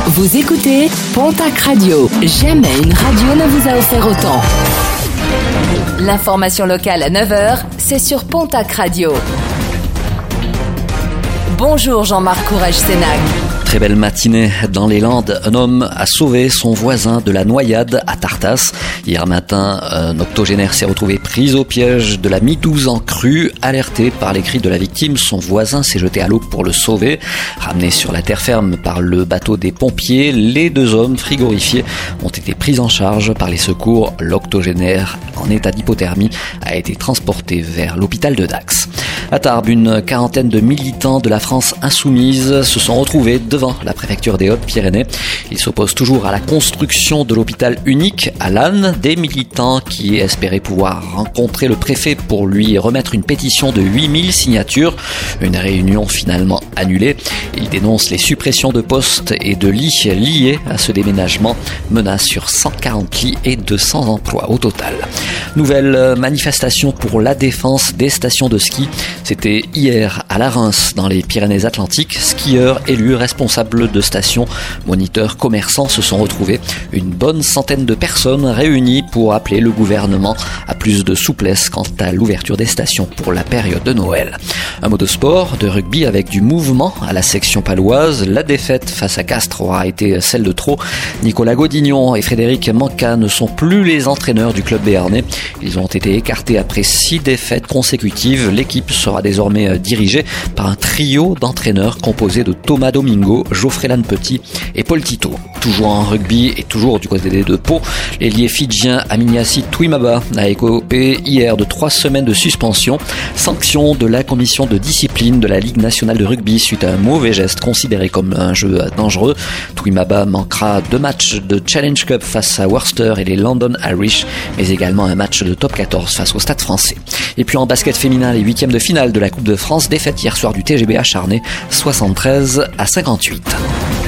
Vous écoutez Pontac Radio. Jamais une radio ne vous a offert autant. L'information locale à 9h, c'est sur Pontac Radio. Bonjour Jean-Marc Courage-Sénac. Très belle matinée dans les Landes. Un homme a sauvé son voisin de la noyade à Tartas. Hier matin, un octogénaire s'est retrouvé pris au piège de la Mi-12 en crue. Alerté par les cris de la victime, son voisin s'est jeté à l'eau pour le sauver. Ramené sur la terre ferme par le bateau des pompiers, les deux hommes frigorifiés ont été pris en charge par les secours. L'octogénaire, en état d'hypothermie, a été transporté vers l'hôpital de Dax. À Tarbes, une quarantaine de militants de la France insoumise se sont retrouvés devant la préfecture des Hautes-Pyrénées. Ils s'opposent toujours à la construction de l'hôpital unique à Lannes. Des militants qui espéraient pouvoir rencontrer le préfet pour lui remettre une pétition de 8000 signatures. Une réunion finalement annulée. Ils dénoncent les suppressions de postes et de lits liés à ce déménagement. Menace sur 140 lits et 200 emplois au total. Nouvelle manifestation pour la défense des stations de ski. C'était hier à la Reims, dans les Pyrénées-Atlantiques. Skieurs, élus, responsables de stations, moniteurs, commerçants se sont retrouvés. Une bonne centaine de personnes réunies pour appeler le gouvernement à plus de souplesse quant à l'ouverture des stations pour la période de Noël. Un mot de sport, de rugby avec du mouvement à la section paloise. La défaite face à Castres aura été celle de trop. Nicolas Godignon et Frédéric Manca ne sont plus les entraîneurs du club béarnais. Ils ont été écartés après 6 défaites consécutives. L'équipe sera désormais dirigée par un trio d'entraîneurs composé de Thomas Domingo, Geoffrey Lannepetit et Paul Tito. Toujours en rugby et toujours du côté des deux Pau, l'ailier fidjien Aminiassi Twimaba a écopé hier de 3 semaines de suspension, sanction de la commission de discipline de la Ligue nationale de rugby suite à un mauvais geste considéré comme un jeu dangereux. Twimaba manquera 2 matchs de Challenge Cup face à Worcester et les London Irish, mais également un match de top 14 face au Stade français. Et puis en basket féminin, les 8e de finale de la Coupe de France, défaite hier soir du TGB à Charnay, 73-58.